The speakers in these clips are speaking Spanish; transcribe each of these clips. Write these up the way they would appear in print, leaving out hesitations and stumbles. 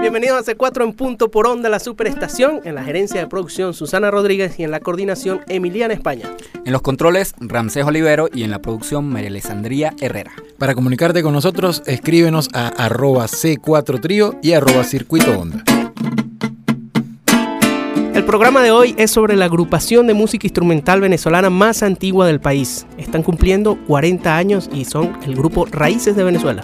Bienvenidos a C4 en punto por Onda, la superestación. En la gerencia de producción, Susana Rodríguez, y en la coordinación, Emiliana España. En los controles, Ramsés Olivero, y en la producción, María Alessandría Herrera. Para comunicarte con nosotros, escríbenos a @C4Trio y @Circuito Onda. El programa de hoy es sobre la agrupación de música instrumental venezolana más antigua del país. Están cumpliendo 40 años y son el grupo Raíces de Venezuela.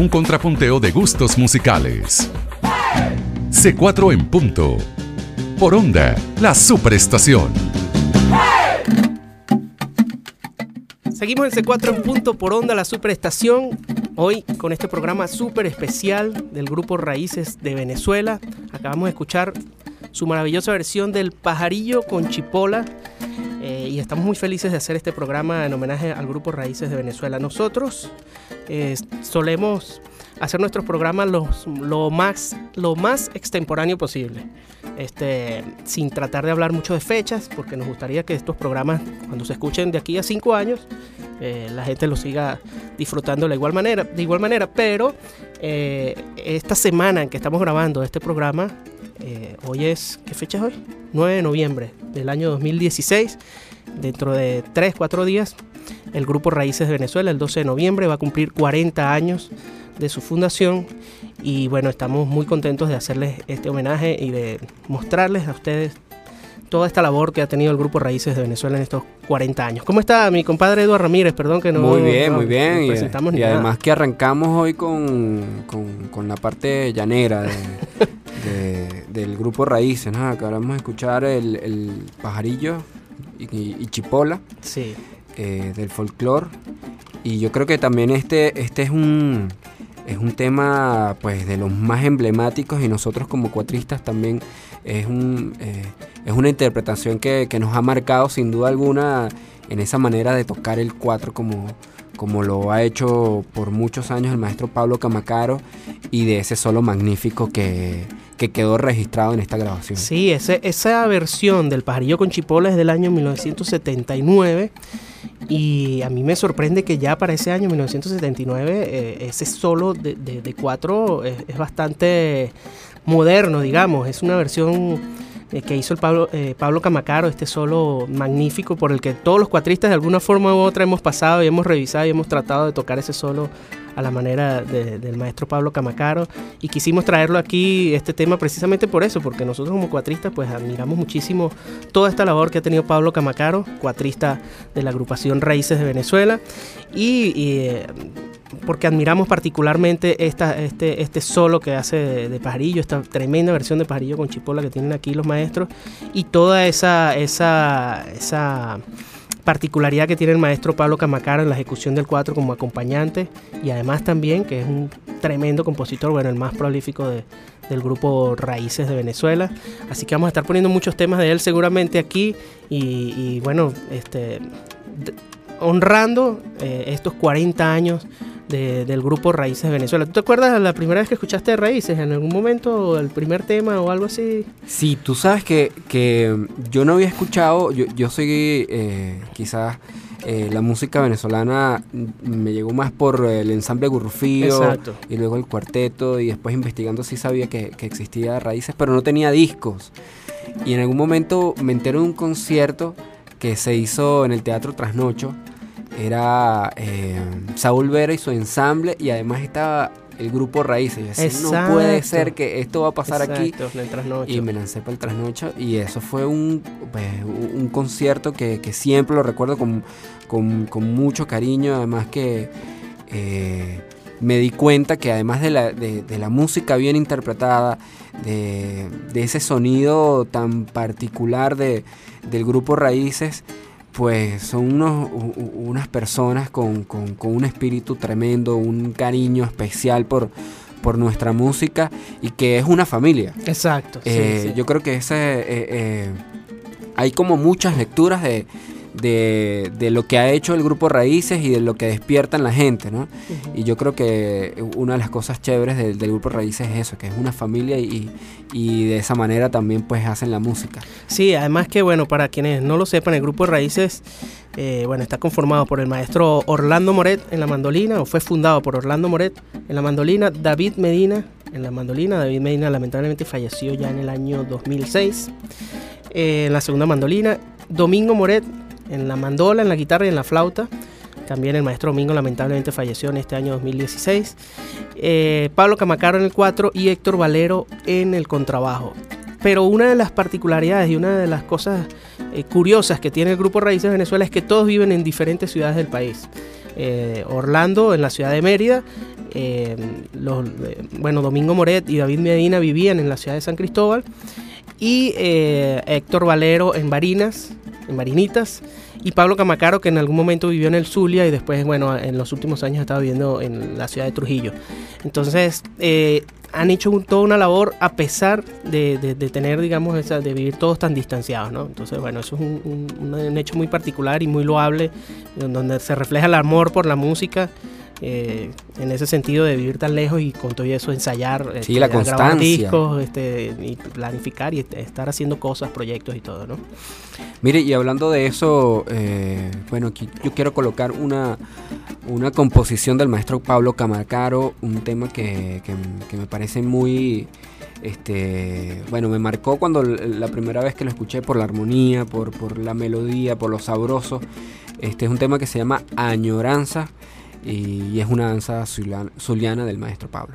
Un contrapunteo de gustos musicales. C4 en punto. Por Onda, la superestación. Seguimos en C4 en punto por Onda, la superestación. Hoy con este programa súper especial del grupo Raíces de Venezuela. Acabamos de escuchar su maravillosa versión del Pajarillo con Chipola. Y estamos muy felices de hacer este programa en homenaje al grupo Raíces de Venezuela. Nosotros solemos hacer nuestros programas lo más extemporáneo posible, sin tratar de hablar mucho de fechas, porque nos gustaría que estos programas, cuando se escuchen de aquí a 5 años, la gente los siga disfrutando de igual manera. Pero esta semana en que estamos grabando este programa, hoy es, ¿qué fecha es hoy? 9 de noviembre del año 2016. Dentro de 3-4 días, el grupo Raíces de Venezuela, el 12 de noviembre, va a cumplir 40 años de su fundación. Y bueno, estamos muy contentos de hacerles este homenaje y de mostrarles a ustedes toda esta labor que ha tenido el grupo Raíces de Venezuela en estos 40 años. ¿Cómo está mi compadre Eduardo Ramírez? Perdón que no... Muy bien. Presentamos y además que arrancamos hoy con la parte llanera del grupo Raíces, ¿no? Acabamos de escuchar el Pajarillo y Chipola, sí, del folclore. Y yo creo que también este es un tema, pues, de los más emblemáticos, y nosotros como cuatristas también es una interpretación que nos ha marcado sin duda alguna en esa manera de tocar el cuatro como lo ha hecho por muchos años el maestro Pablo Camacaro, y de ese solo magnífico que quedó registrado en esta grabación. Sí, esa versión del Pajarillo con Chipola es del año 1979, y a mí me sorprende que ya para ese año 1979 ese solo de cuatro es bastante moderno, digamos. Es una versión que hizo el Pablo Camacaro, este solo magnífico por el que todos los cuatristas de alguna forma u otra hemos pasado y hemos revisado y hemos tratado de tocar ese solo a la manera del maestro Pablo Camacaro, y quisimos traerlo aquí, este tema, precisamente por eso, porque nosotros como cuatristas pues admiramos muchísimo toda esta labor que ha tenido Pablo Camacaro, cuatrista de la agrupación Raíces de Venezuela, y porque admiramos particularmente este solo que hace de Pajarillo, esta tremenda versión de Pajarillo con Chipola que tienen aquí los maestros, y toda esa particularidad que tiene el maestro Pablo Camacaro en la ejecución del cuatro como acompañante, y además también que es un tremendo compositor, bueno, el más prolífico del grupo Raíces de Venezuela. Así que vamos a estar poniendo muchos temas de él seguramente aquí, y bueno, honrando estos 40 años del grupo Raíces de Venezuela. ¿Tú te acuerdas la primera vez que escuchaste Raíces? ¿En algún momento el primer tema o algo así? Sí, tú sabes que yo no había escuchado, yo soy quizás la música venezolana me llegó más por el ensamble Gurrufío. Exacto. Y luego el cuarteto, y después investigando sí sabía que existía Raíces, pero no tenía discos. Y en algún momento me enteré de un concierto que se hizo en el Teatro Trasnocho. Era Saúl Vera y su ensamble, y además estaba el grupo Raíces. Yo decía, no puede ser que esto va a pasar aquí. Y me lancé para el Trasnocho, y eso fue un concierto que siempre lo recuerdo con mucho cariño. Además que me di cuenta que además de la música bien interpretada, de ese sonido tan particular del grupo Raíces, pues son unas personas con un espíritu tremendo, un cariño especial por nuestra música, y que es una familia. Exacto. Sí. Yo creo que hay como muchas lecturas de lo que ha hecho el grupo Raíces y de lo que despierta en la gente, ¿no? Uh-huh. Y yo creo que una de las cosas chéveres del grupo Raíces es eso, que es una familia, y de esa manera también pues hacen la música. Sí, además que bueno, para quienes no lo sepan, el grupo Raíces está conformado por el maestro Orlando Moret en la mandolina, o fue fundado por Orlando Moret en la mandolina, David Medina en la mandolina. David Medina lamentablemente falleció ya en el año 2006. En la segunda mandolina, Domingo Moret en la mandola, en la guitarra y en la flauta. También el maestro Domingo lamentablemente falleció en este año 2016. Pablo Camacaro en el 4 y Héctor Valero en el contrabajo. Pero una de las particularidades y una de las cosas curiosas que tiene el grupo Raíces de Venezuela es que todos viven en diferentes ciudades del país. Orlando en la ciudad de Mérida, Domingo Moret y David Medina vivían en la ciudad de San Cristóbal, y Héctor Valero en Barinitas, y Pablo Camacaro, que en algún momento vivió en el Zulia y después, en los últimos años estaba viviendo en la ciudad de Trujillo. Entonces, han hecho toda una labor a pesar de tener, digamos, de vivir todos tan distanciados, ¿no? Entonces, eso es un hecho muy particular y muy loable, donde se refleja el amor por la música, en ese sentido de vivir tan lejos y con todo eso ensayar, sí, la constancia, grabar discos, y planificar y estar haciendo cosas, proyectos y todo, ¿no? Mire, y hablando de eso, aquí yo quiero colocar una composición del maestro Pablo Camacaro, un tema que me parece muy, me marcó cuando la primera vez que lo escuché, por la armonía, por la melodía, por lo sabroso. Es un tema que se llama Añoranza, y es una danza zuliana del maestro Pablo.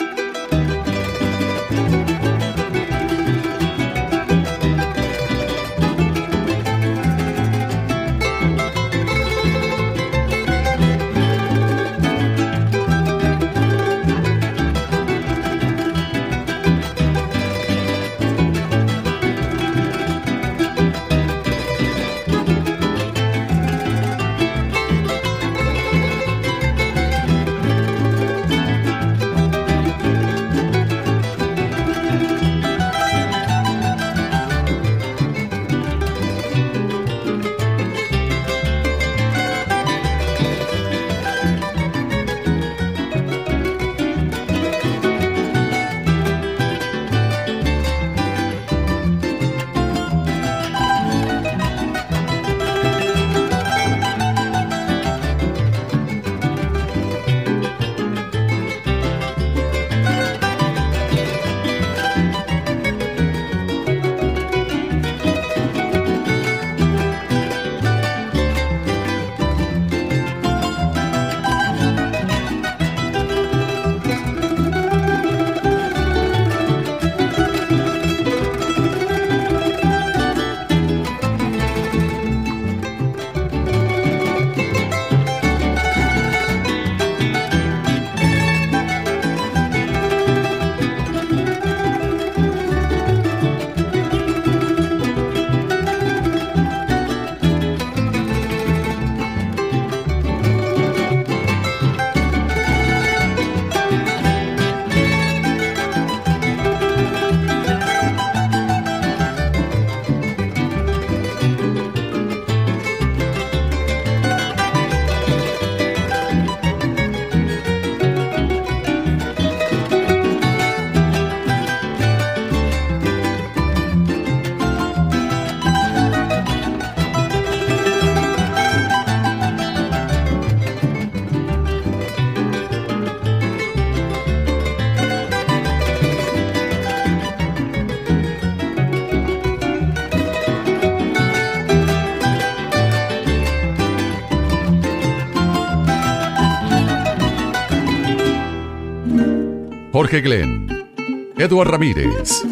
Jorge Glenn, Edward Ramírez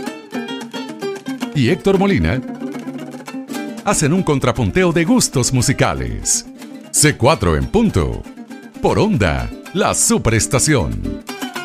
y Héctor Molina hacen un contrapunteo de gustos musicales. C4 en punto. Por Onda, la superestación.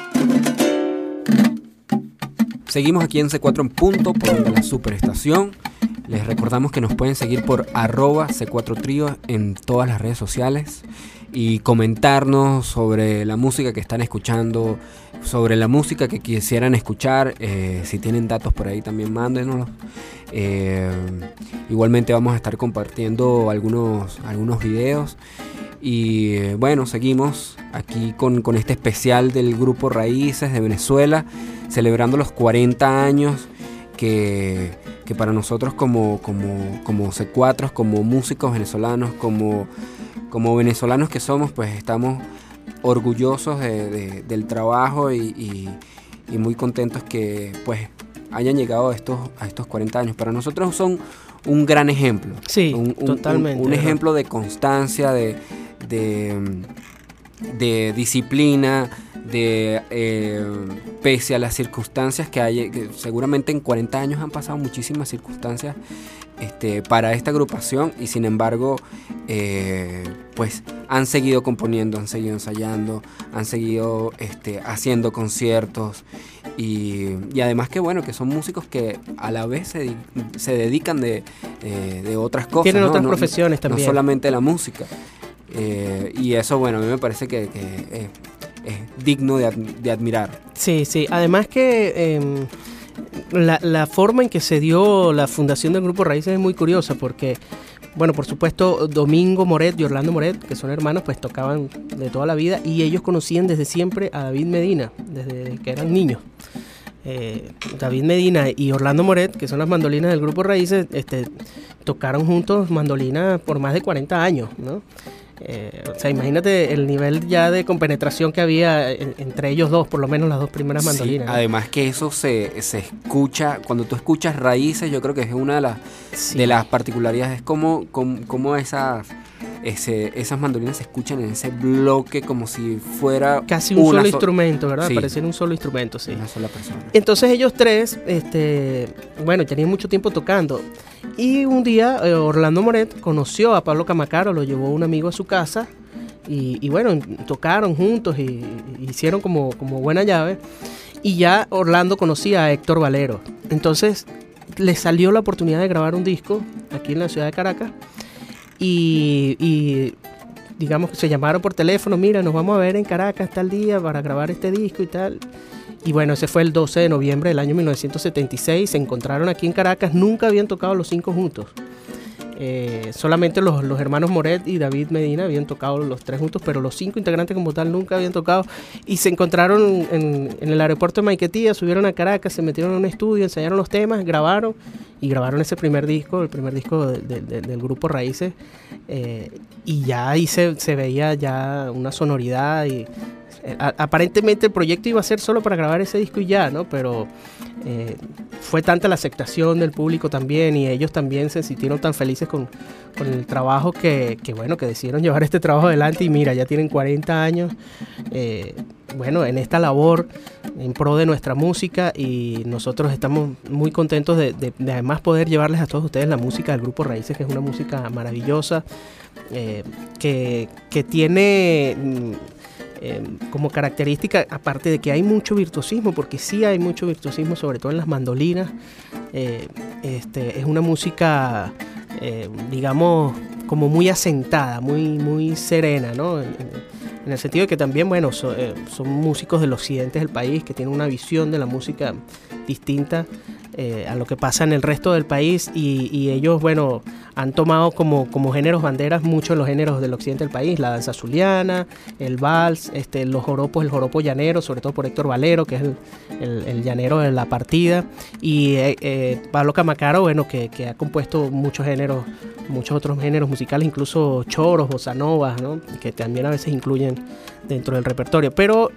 Seguimos aquí en C4 en punto, por Onda, la superestación. Les recordamos que nos pueden seguir por @C4 Trío en todas las redes sociales y comentarnos sobre la música que están escuchando, sobre la música que quisieran escuchar. Si tienen datos por ahí también mándenoslos. Igualmente vamos a estar compartiendo algunos videos. Y seguimos aquí con este especial del Grupo Raíces de Venezuela, celebrando los 40 años que para nosotros como C4, como músicos venezolanos, como venezolanos que somos, pues estamos orgullosos del trabajo y muy contentos que pues hayan llegado a estos 40 años. Para nosotros son un gran ejemplo. Sí, totalmente. Un ejemplo de constancia, de de disciplina, pese a las circunstancias que hay, que seguramente en 40 años han pasado muchísimas circunstancias para esta agrupación, y sin embargo pues han seguido componiendo, han seguido ensayando, han seguido haciendo conciertos, y además que bueno, que son músicos que a la vez se dedican de otras cosas, tienen otras profesiones también, no solamente la música, y eso bueno, a mí me parece que es digno de admirar. Sí, además que la forma en que se dio la fundación del Grupo Raíces es muy curiosa, porque bueno, por supuesto, Domingo Moret y Orlando Moret, que son hermanos, pues tocaban de toda la vida, y ellos conocían desde siempre a David Medina, desde que eran niños. David Medina y Orlando Moret, que son las mandolinas del Grupo Raíces, tocaron juntos mandolina por más de 40 años, ¿no? O sea, imagínate el nivel ya de compenetración que había entre ellos dos, por lo menos las dos primeras mandolinas. Sí, además que eso se escucha, cuando tú escuchas Raíces, yo creo que es una de las particularidades, es como esas mandolinas se escuchan en ese bloque como si fuera casi un solo instrumento, ¿verdad? Sí. Pareciera un solo instrumento, sí. Una sola persona. Entonces ellos tres, bueno, tenían mucho tiempo tocando. Y un día Orlando Moret conoció a Pablo Camacaro, lo llevó un amigo a su casa y bueno, tocaron juntos y hicieron como buena llave. Y ya Orlando conocía a Héctor Valero. Entonces le salió la oportunidad de grabar un disco aquí en la ciudad de Caracas. Y digamos que se llamaron por teléfono, mira, nos vamos a ver en Caracas tal día para grabar este disco y tal. Y bueno, ese fue el 12 de noviembre del año 1976, se encontraron aquí en Caracas, nunca habían tocado los cinco juntos. Solamente los hermanos Moret y David Medina habían tocado los tres juntos, pero los cinco integrantes como tal nunca habían tocado, y se encontraron en el aeropuerto de Maiquetía, subieron a Caracas, se metieron en un estudio, ensayaron los temas, grabaron ese primer disco, el primer disco del Grupo Raíces, y ya ahí se veía ya una sonoridad y aparentemente el proyecto iba a ser solo para grabar ese disco y ya, ¿no? Pero fue tanta la aceptación del público también, y ellos también se sintieron tan felices con el trabajo que bueno, que decidieron llevar este trabajo adelante, y mira, ya tienen 40 años bueno, en esta labor en pro de nuestra música, y nosotros estamos muy contentos de además poder llevarles a todos ustedes la música del Grupo Raíces, que es una música maravillosa, que tiene como característica, aparte de que hay mucho virtuosismo, porque sí hay mucho virtuosismo, sobre todo en las mandolinas, es una música digamos como muy asentada, muy serena, ¿no? En el sentido de que también, bueno, son músicos del occidente del país que tienen una visión de la música distinta a lo que pasa en el resto del país, y ellos, bueno, han tomado como géneros banderas muchos de los géneros del occidente del país, la danza zuliana, el vals, los joropos, el joropo llanero, sobre todo por Héctor Valero, que es el llanero de la partida, y Pablo Camacaro, bueno, que ha compuesto muchos otros géneros musicales, incluso choros, bossa novas, ¿no? Que también a veces incluyen dentro del repertorio, pero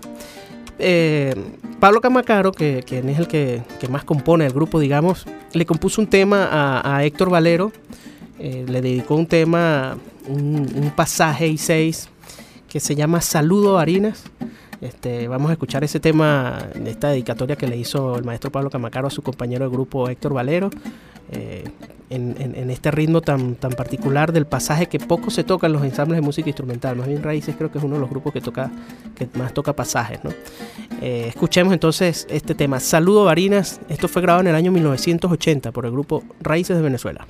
Pablo Camacaro, que es el que más compone el grupo, digamos, le compuso un tema a Héctor Valero, le dedicó un tema, un pasaje y 6 que se llama Saludo Barinas. Vamos a escuchar ese tema, esta dedicatoria que le hizo el maestro Pablo Camacaro a su compañero de grupo Héctor Valero, en este ritmo tan particular del pasaje que poco se toca en los ensambles de música instrumental. Más bien Raíces creo que es uno de los grupos que más toca pasajes, ¿no? Escuchemos entonces este tema, Saludo Barinas. Esto fue grabado en el año 1980 por el Grupo Raíces de Venezuela.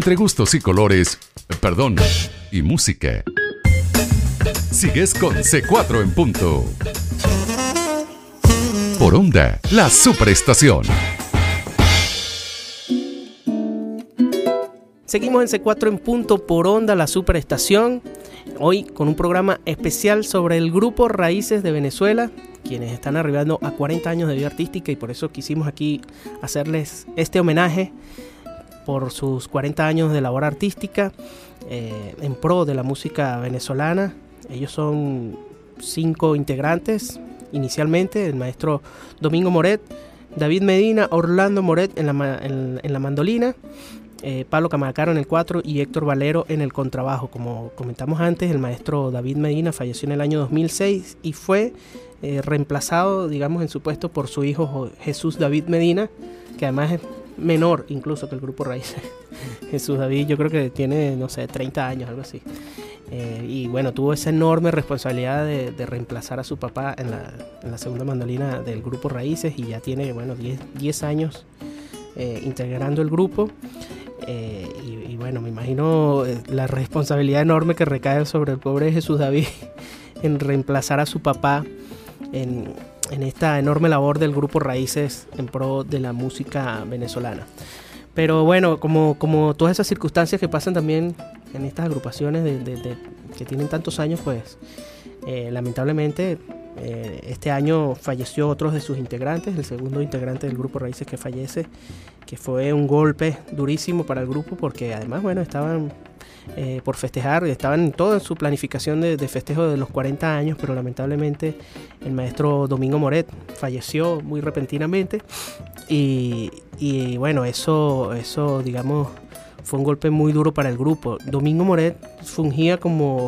Entre gustos y colores, y música. Sigues con C4 en punto. Por Onda, la superestación. Seguimos en C4 en punto por Onda, la superestación. Hoy con un programa especial sobre el grupo Raíces de Venezuela, quienes están arribando a 40 años de vida artística, y por eso quisimos aquí hacerles este homenaje por sus 40 años de labor artística en pro de la música venezolana. Ellos son 5 integrantes inicialmente: el maestro Domingo Moret, David Medina, Orlando Moret en la mandolina, Pablo Camarcaro en el 4 y Héctor Valero en el contrabajo. Como comentamos antes, el maestro David Medina falleció en el año 2006 y fue reemplazado, digamos, en su puesto por su hijo Jesús David Medina, que además es menor incluso que el grupo Raíces. Jesús David yo creo que tiene, no sé, 30 años, algo así. Y bueno, tuvo esa enorme responsabilidad de reemplazar a su papá en la segunda mandolina del grupo Raíces, y ya tiene, bueno, 10 años integrando el grupo. Y bueno, me imagino la responsabilidad enorme que recae sobre el pobre Jesús David en reemplazar a su papá en esta enorme labor del grupo Raíces en pro de la música venezolana. Pero bueno, como todas esas circunstancias que pasan también en estas agrupaciones que tienen tantos años, pues lamentablemente este año falleció otro de sus integrantes, el segundo integrante del grupo Raíces que fallece, que fue un golpe durísimo para el grupo, porque además, bueno, estaban por festejar, estaban en toda su planificación de festejo de los 40 años, pero lamentablemente el maestro Domingo Moret falleció muy repentinamente, y bueno, eso digamos fue un golpe muy duro para el grupo. Domingo Moret fungía como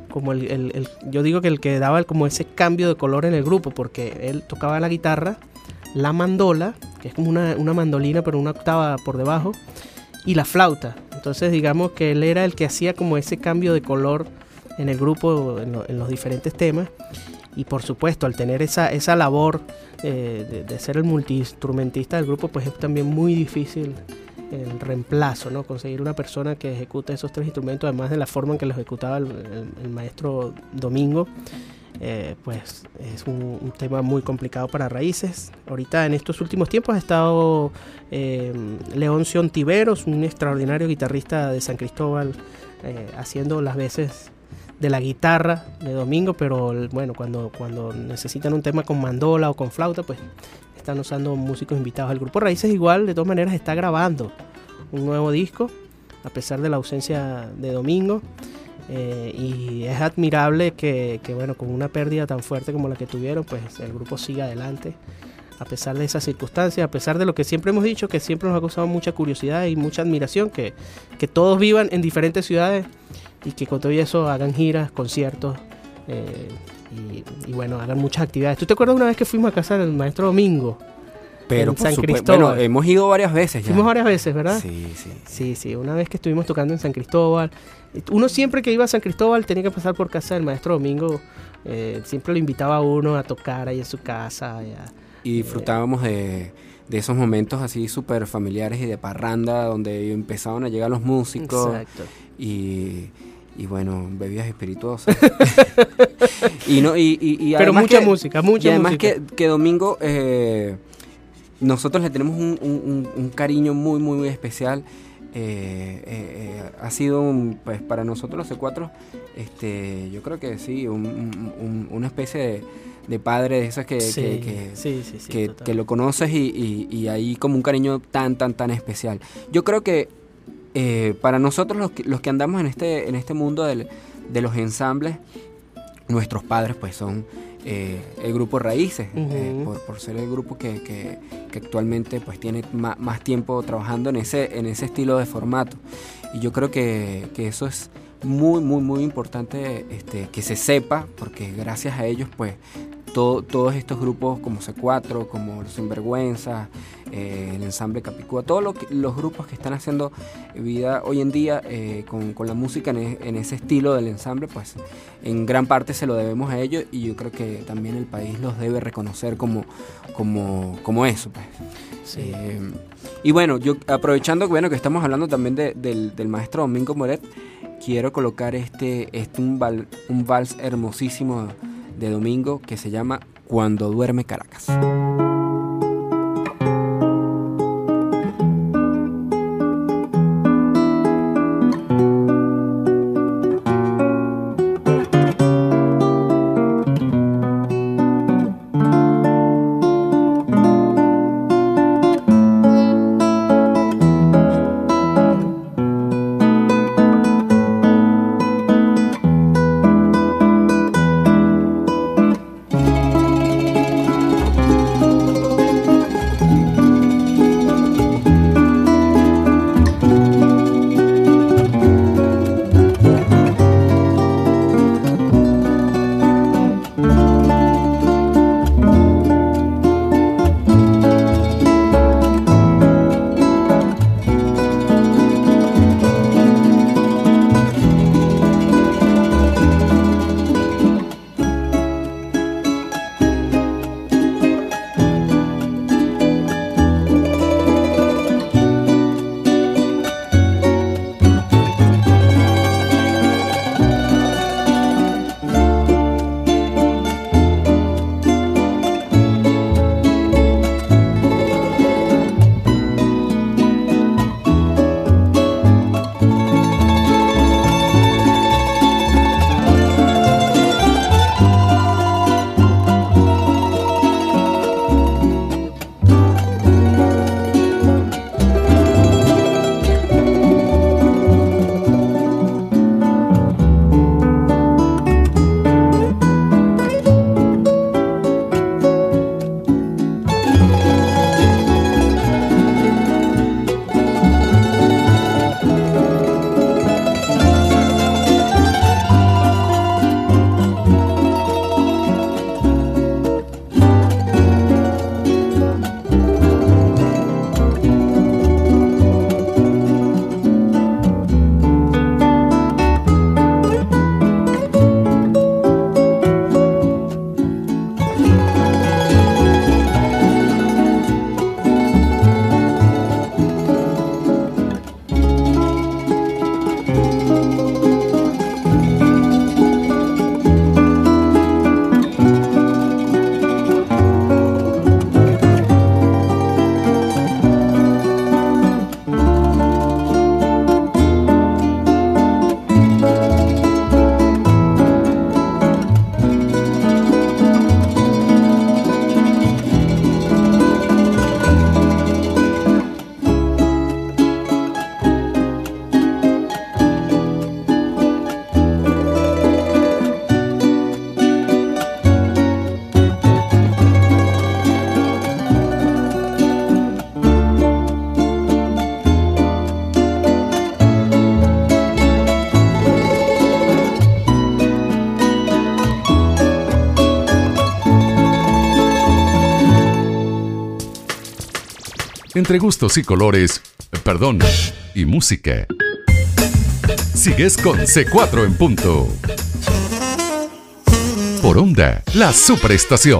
yo digo que el que daba como ese cambio de color en el grupo, porque él tocaba la guitarra, la mandola, que es como una mandolina pero una octava por debajo, y la flauta. Entonces digamos que él era el que hacía como ese cambio de color en el grupo, en los diferentes temas. Y por supuesto, al tener esa labor de ser el multiinstrumentista del grupo, pues es también muy difícil el reemplazo, ¿no? Conseguir una persona que ejecute esos 3 instrumentos, además de la forma en que lo ejecutaba el maestro Domingo, pues es un tema muy complicado para Raíces. Ahorita en estos últimos tiempos ha estado Leoncio Ontiveros, un extraordinario guitarrista de San Cristóbal, haciendo las veces de la guitarra de Domingo, pero bueno, cuando necesitan un tema con mandola o con flauta, pues están usando músicos invitados. El grupo Raíces igual, de todas maneras, está grabando un nuevo disco a pesar de la ausencia de Domingo, y es admirable que bueno, con una pérdida tan fuerte como la que tuvieron, pues el grupo siga adelante a pesar de esas circunstancias, a pesar de lo que siempre hemos dicho, que siempre nos ha causado mucha curiosidad y mucha admiración, que todos vivan en diferentes ciudades y que con todo eso hagan giras, conciertos, y bueno, hagan muchas actividades. ¿Tú te acuerdas una vez que fuimos a casa del maestro Domingo? Pero en San Cristóbal. Bueno, hemos ido varias veces ya. Fuimos varias veces, ¿verdad? Sí. Una vez que estuvimos tocando en San Cristóbal. Uno siempre que iba a San Cristóbal tenía que pasar por casa del maestro Domingo. Siempre lo invitaba a uno a tocar ahí en su casa. Y disfrutábamos de esos momentos así súper familiares y de parranda, donde empezaban a llegar los músicos. Exacto. Y bueno, bebidas espirituosas. Pero mucha música. Y además que Domingo, nosotros le tenemos un cariño muy, muy, muy especial. Ha sido pues para nosotros los C4, yo creo que sí, una especie de padre de esas que lo conoces y hay como un cariño tan especial. Yo creo que para nosotros los que andamos en este mundo de los ensambles, nuestros padres pues son el grupo Raíces, por ser el grupo que actualmente pues tiene más tiempo trabajando en ese estilo de formato. Y yo creo que eso es muy, muy, muy importante que se sepa, porque gracias a ellos pues todos estos grupos como C4, como Los Sinvergüenzas, el ensamble Capicúa, todos los grupos que están haciendo vida hoy en día con la música en ese estilo del ensamble, pues en gran parte se lo debemos a ellos, y yo creo que también el país los debe reconocer como eso, pues. Sí. Y bueno, yo aprovechando que estamos hablando también del maestro Domingo Moret, quiero colocar un vals hermosísimo de Domingo que se llama Cuando duerme Caracas. Entre gustos y colores, y música. Sigues con C4 en punto. Por Onda, la superestación.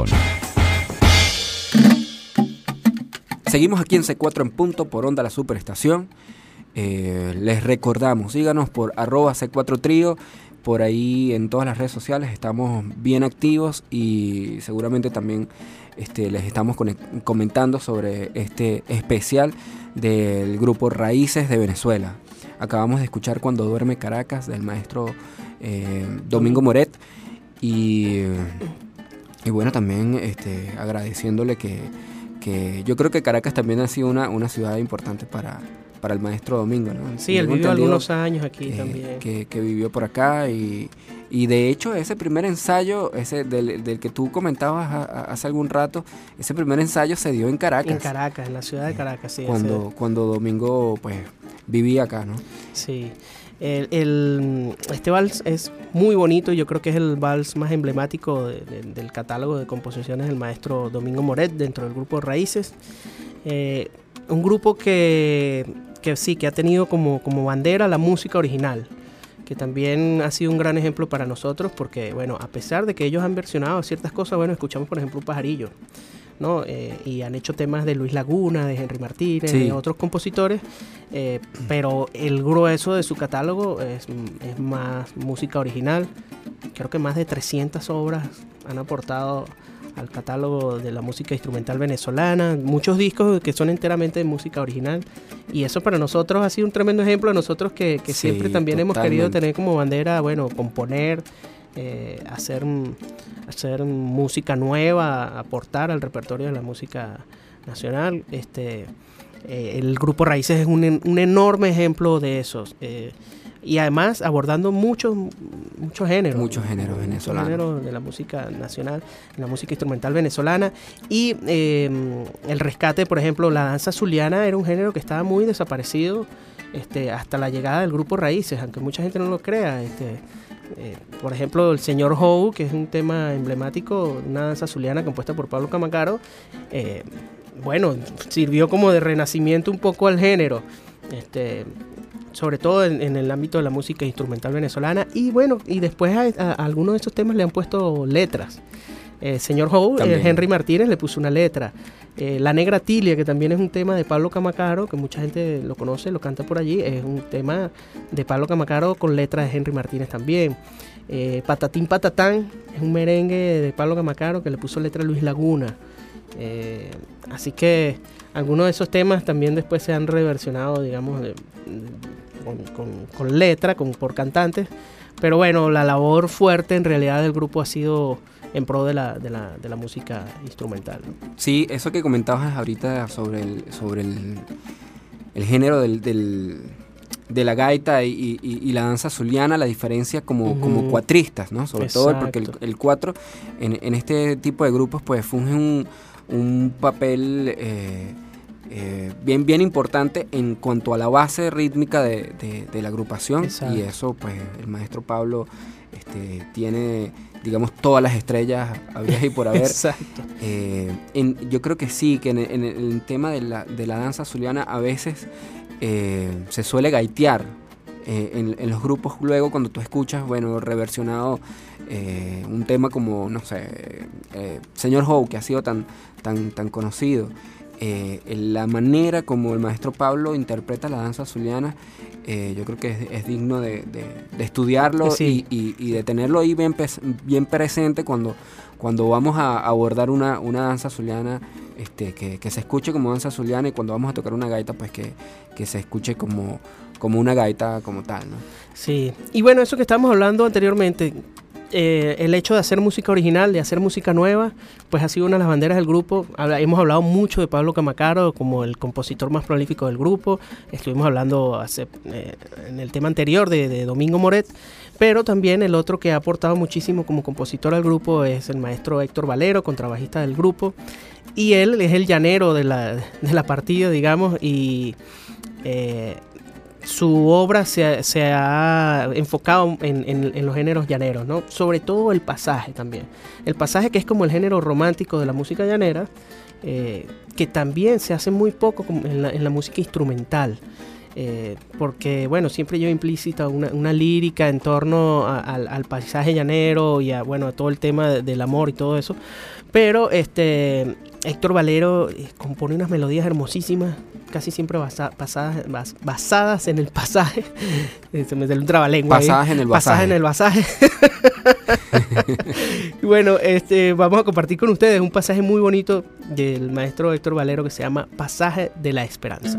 Seguimos aquí en C4 en punto, por Onda, la superestación. Les recordamos, síganos por @C4Trío. Por ahí en todas las redes sociales estamos bien activos, y seguramente también les estamos comentando sobre este especial del grupo Raíces de Venezuela. Acabamos de escuchar Cuando duerme Caracas del maestro Domingo Moret, y bueno, también agradeciéndole que yo creo que Caracas también ha sido una ciudad importante para el maestro Domingo, ¿no? Sí, él vivió algunos años aquí también. Que vivió por acá, y de hecho ese primer ensayo, ese del que tú comentabas hace algún rato, ese primer ensayo se dio en Caracas. En Caracas, en la ciudad de Caracas, sí. Cuando Domingo pues vivía acá, ¿no? Sí. Este vals es muy bonito, yo creo que es el vals más emblemático del catálogo de composiciones del maestro Domingo Moret dentro del grupo Raíces. Un grupo que ha tenido como bandera la música original, que también ha sido un gran ejemplo para nosotros porque, bueno, a pesar de que ellos han versionado ciertas cosas, bueno, escuchamos por ejemplo Pajarillo, ¿no? Y han hecho temas de Luis Laguna, de Henry Martínez, de otros compositores, pero el grueso de su catálogo es más música original. Creo que más de 300 obras han aportado al catálogo de la música instrumental venezolana, muchos discos que son enteramente de música original, y eso para nosotros ha sido un tremendo ejemplo de nosotros que siempre también hemos querido tener como bandera, bueno, componer, hacer música nueva, aportar al repertorio de la música nacional. El grupo Raíces es un enorme ejemplo de esos. Y además abordando muchos géneros. Muchos géneros venezolanos. Géneros de la música nacional, la música instrumental venezolana. Y el rescate, por ejemplo, la danza zuliana era un género que estaba muy desaparecido hasta la llegada del grupo Raíces, aunque mucha gente no lo crea. Por ejemplo, el Señor Howe, que es un tema emblemático, una danza zuliana compuesta por Pablo Camacaro, bueno, sirvió como de renacimiento un poco al género. Sobre todo en el ámbito de la música instrumental venezolana, y bueno, y después a algunos de esos temas le han puesto letras. Señor Howe, Henry Martínez le puso una letra. La Negra Tilia, que también es un tema de Pablo Camacaro, que mucha gente lo conoce, lo canta por allí, es un tema de Pablo Camacaro con letra de Henry Martínez también. Patatín Patatán es un merengue de Pablo Camacaro que le puso letra a Luis Laguna. Así que algunos de esos temas también después se han reversionado, digamos, con letra, por cantantes, pero bueno, la labor fuerte en realidad del grupo ha sido en pro de la música instrumental, ¿no? Sí, eso que comentabas ahorita sobre el género de la gaita y la danza zuliana, la diferencia como cuatristas, ¿no? Sobre todo porque el cuatro en este tipo de grupos pues funge un papel bien importante en cuanto a la base rítmica de la agrupación. Exacto. Y eso pues el maestro Pablo tiene, digamos, todas las estrellas habidas y por haber. Exacto. Yo creo que sí, que en el tema de la danza zuliana a veces se suele gaitear en los grupos. Luego cuando tú escuchas, bueno, reversionado un tema como, no sé, Señor Howe, que ha sido tan conocido, la manera como el maestro Pablo interpreta la danza zuliana, yo creo que es digno de estudiarlo. Sí. y de tenerlo ahí bien presente cuando vamos a abordar una danza zuliana, que se escuche como danza zuliana, y cuando vamos a tocar una gaita pues que se escuche como una gaita como tal, ¿no? Sí, y bueno, eso que estábamos hablando anteriormente, el hecho de hacer música original, de hacer música nueva, pues ha sido una de las banderas del grupo. Hemos hablado mucho de Pablo Camacaro como el compositor más prolífico del grupo. Estuvimos hablando en el tema anterior de Domingo Moret, pero también el otro que ha aportado muchísimo como compositor al grupo es el maestro Héctor Valero, contrabajista del grupo, y él es el llanero de la partida, digamos, y su obra se ha enfocado en los géneros llaneros, ¿no? Sobre todo el pasaje también. El pasaje, que es como el género romántico de la música llanera, que también se hace muy poco en la música instrumental. Porque, bueno, siempre lleva implícita una lírica en torno al paisaje llanero y a todo el tema del amor y todo eso. Pero Héctor Valero compone unas melodías hermosísimas, casi siempre basadas en el pasaje. Se me sale un trabalengua. Pasaje en el basaje. Pasaje en el basaje. Bueno, vamos a compartir con ustedes un pasaje muy bonito del maestro Héctor Valero que se llama Pasaje de la Esperanza.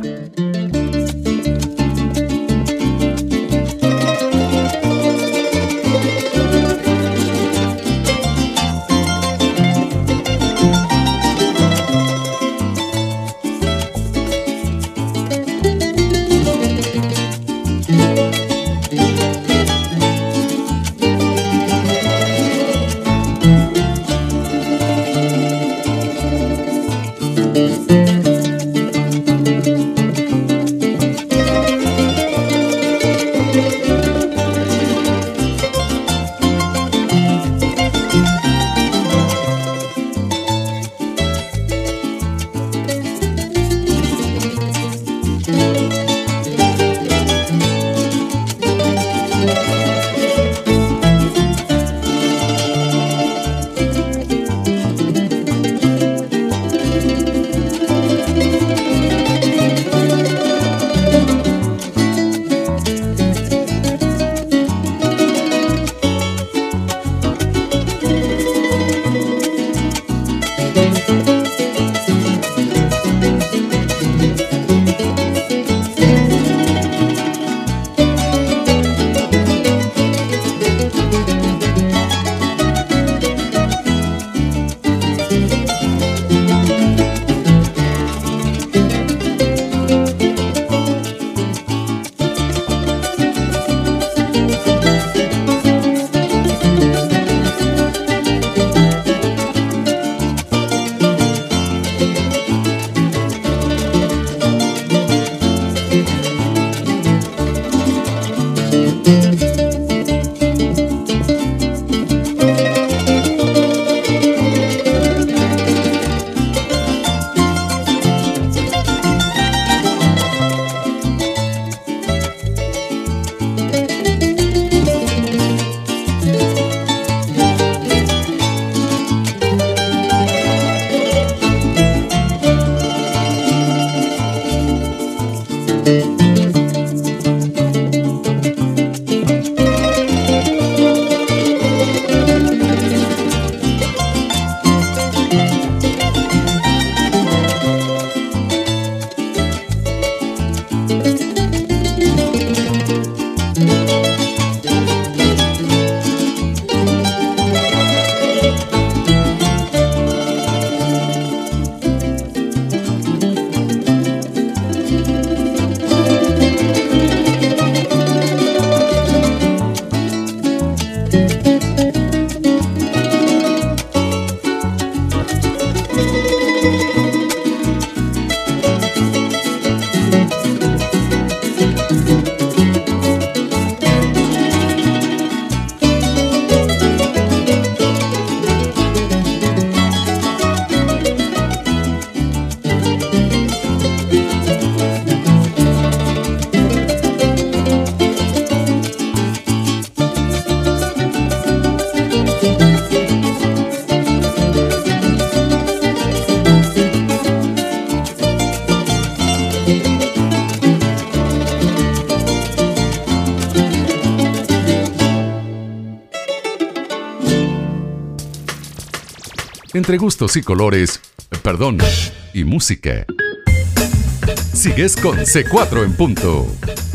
entre gustos y colores, y música. Sigues con C4 en punto.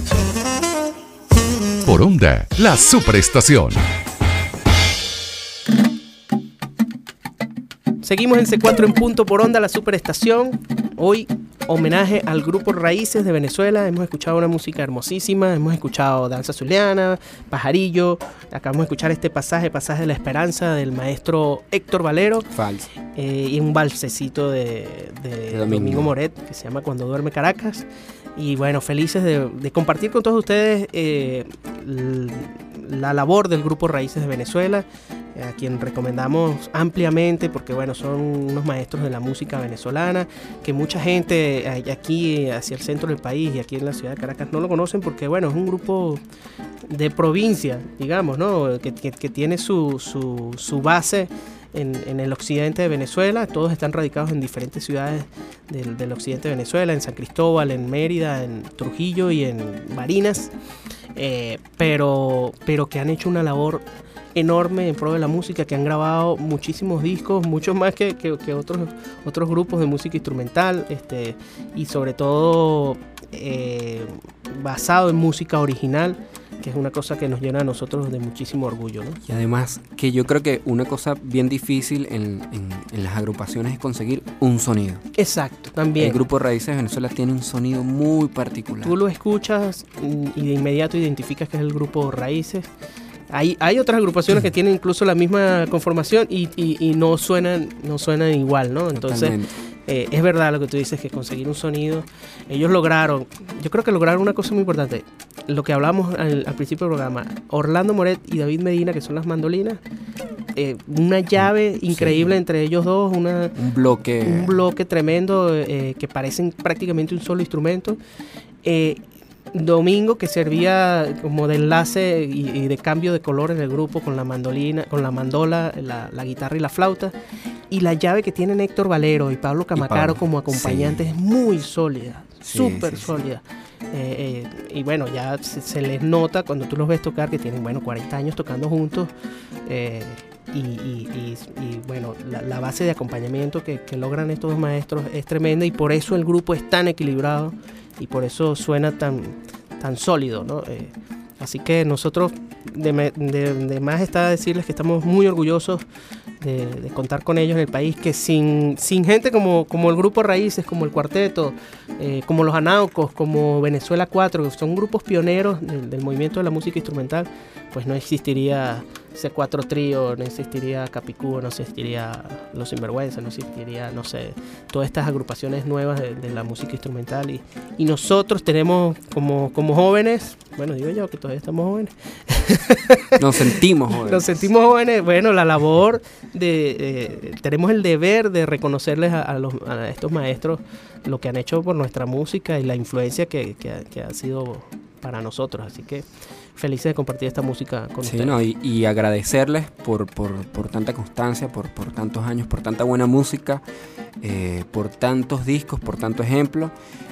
Por Onda, la superestación. Seguimos en C4 en punto por Onda, la superestación. Hoy, homenaje al grupo Raíces de Venezuela. Hemos escuchado una música hermosísima, hemos escuchado danza zuliana, pajarillo. Acabamos de escuchar este pasaje de la esperanza del maestro Héctor Valero. Falso. Y un valsecito de Domingo Moret, que se llama Cuando duerme Caracas. Y bueno, felices de compartir con todos ustedes la labor del grupo Raíces de Venezuela, a quien recomendamos ampliamente porque bueno, son unos maestros de la música venezolana que mucha gente aquí hacia el centro del país y aquí en la ciudad de Caracas no lo conocen porque bueno, es un grupo de provincia, digamos, ¿no? que tiene su base en el occidente de Venezuela. Todos están radicados en diferentes ciudades del occidente de Venezuela, en San Cristóbal, en Mérida, en Trujillo y en Barinas, pero que han hecho una labor enorme en pro de la música, que han grabado muchísimos discos, muchos más que otros grupos de música instrumental, y sobre todo basado en música original, que es una cosa que nos llena a nosotros de muchísimo orgullo, ¿no? Y además que yo creo que una cosa bien difícil en las agrupaciones es conseguir un sonido. Exacto, también. El grupo Raíces de Venezuela tiene un sonido muy particular. Tú lo escuchas y de inmediato identificas que es el grupo Raíces. Hay otras agrupaciones que tienen incluso la misma conformación y no suenan igual, ¿no? Entonces, es verdad lo que tú dices, que conseguir un sonido. Ellos yo creo que lograron una cosa muy importante. Lo que hablamos al principio del programa, Orlando Moret y David Medina, que son las mandolinas, una llave increíble entre ellos dos, un bloque tremendo, que parecen prácticamente un solo instrumento. Domingo, que servía como de enlace y de cambio de color en el grupo con la mandolina, con la mandola, la guitarra y la flauta. Y la llave que tienen Héctor Valero y Pablo Camacaro como acompañantes es muy sólida, súper sólida. Y bueno, ya se les nota cuando tú los ves tocar que tienen, 40 años tocando juntos. Y bueno, la base de acompañamiento que logran estos dos maestros es tremenda, y por eso el grupo es tan equilibrado y por eso suena tan sólido, ¿no? Así que nosotros de más está decirles que estamos muy orgullosos de contar con ellos en el país, que sin gente como el grupo Raíces, como el Cuarteto, como los Anaucos, como Venezuela 4, que son grupos pioneros del movimiento de la música instrumental, pues no existiría C4 Trío, no existiría Capicúa, no existiría Los Sinvergüenzas, no existiría, no sé, todas estas agrupaciones nuevas de la música instrumental. Y nosotros tenemos como jóvenes, bueno, digo yo que todavía estamos jóvenes. Nos sentimos jóvenes. Nos sentimos jóvenes. Bueno, la labor tenemos el deber de reconocerles a estos maestros lo que han hecho por nuestra música y la influencia que ha sido para nosotros. Así que felices de compartir esta música con ustedes. No, y agradecerles por tanta constancia, por tantos años, por tanta buena música, por tantos discos, por tanto ejemplo.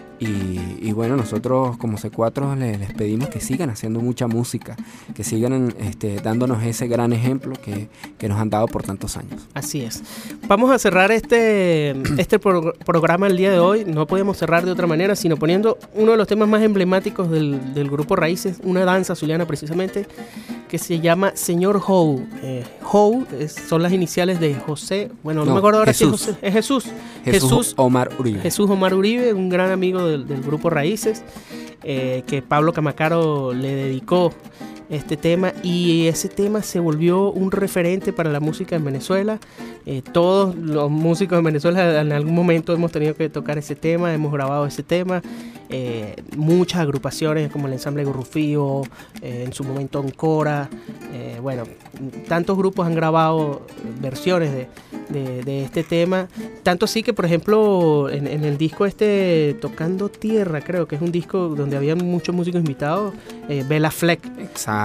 Y bueno, nosotros como C4 les pedimos que sigan haciendo mucha música, que sigan dándonos ese gran ejemplo que nos han dado por tantos años. Así es. Vamos a cerrar este programa el día de hoy. No podíamos cerrar de otra manera, sino poniendo uno de los temas más emblemáticos del grupo Raíces, una danza zuliana precisamente, que se llama Señor Hou. Hou son las iniciales de José, bueno, no me acuerdo ahora si es José, es Jesús. Jesús Omar Uribe. Jesús Omar Uribe, un gran amigo del grupo Raíces, que Pablo Camacaro le dedicó este tema, y ese tema se volvió un referente para la música en Venezuela. Todos los músicos en Venezuela en algún momento hemos tenido que tocar ese tema, hemos grabado ese tema. Muchas agrupaciones como el Ensamble Gurrufío, en su momento Ancora, bueno, tantos grupos han grabado versiones de este tema, tanto así que por ejemplo en el disco Tocando Tierra, creo que es un disco donde había muchos músicos invitados, Bela Fleck. Exacto.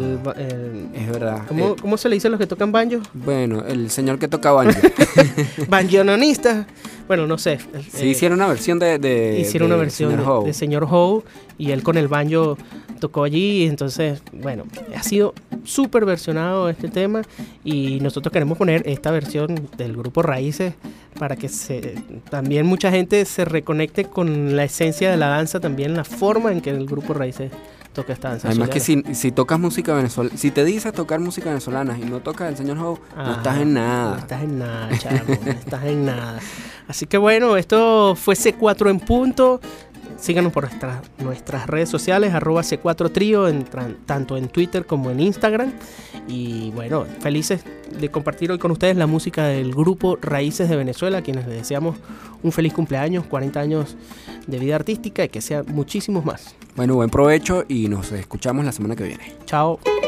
Es verdad. ¿Cómo se le dice a los que tocan banjo? Bueno, el señor que toca banjo. Banjoanonista. bueno, no sé. Sí, hicieron una versión hicieron una versión de Señor Howe, y él con el banjo tocó allí. Entonces, bueno, ha sido súper versionado este tema, y nosotros queremos poner esta versión del grupo Raíces para que también mucha gente se reconecte con la esencia de la danza, también la forma en que el grupo Raíces toca esta danza. Además que si tocas música venezolana, si te dices tocar música venezolana y no tocas el Señor Howe, no estás en nada. No estás en nada, chavo, no estás en nada. Así que bueno, esto fue C4 en punto. Síganos por nuestras redes sociales, @C4Trio, tanto en Twitter como en Instagram. Y bueno, felices de compartir hoy con ustedes la música del grupo Raíces de Venezuela, a quienes les deseamos un feliz cumpleaños, 40 años de vida artística, y que sean muchísimos más. Bueno, buen provecho y nos escuchamos la semana que viene. Chao.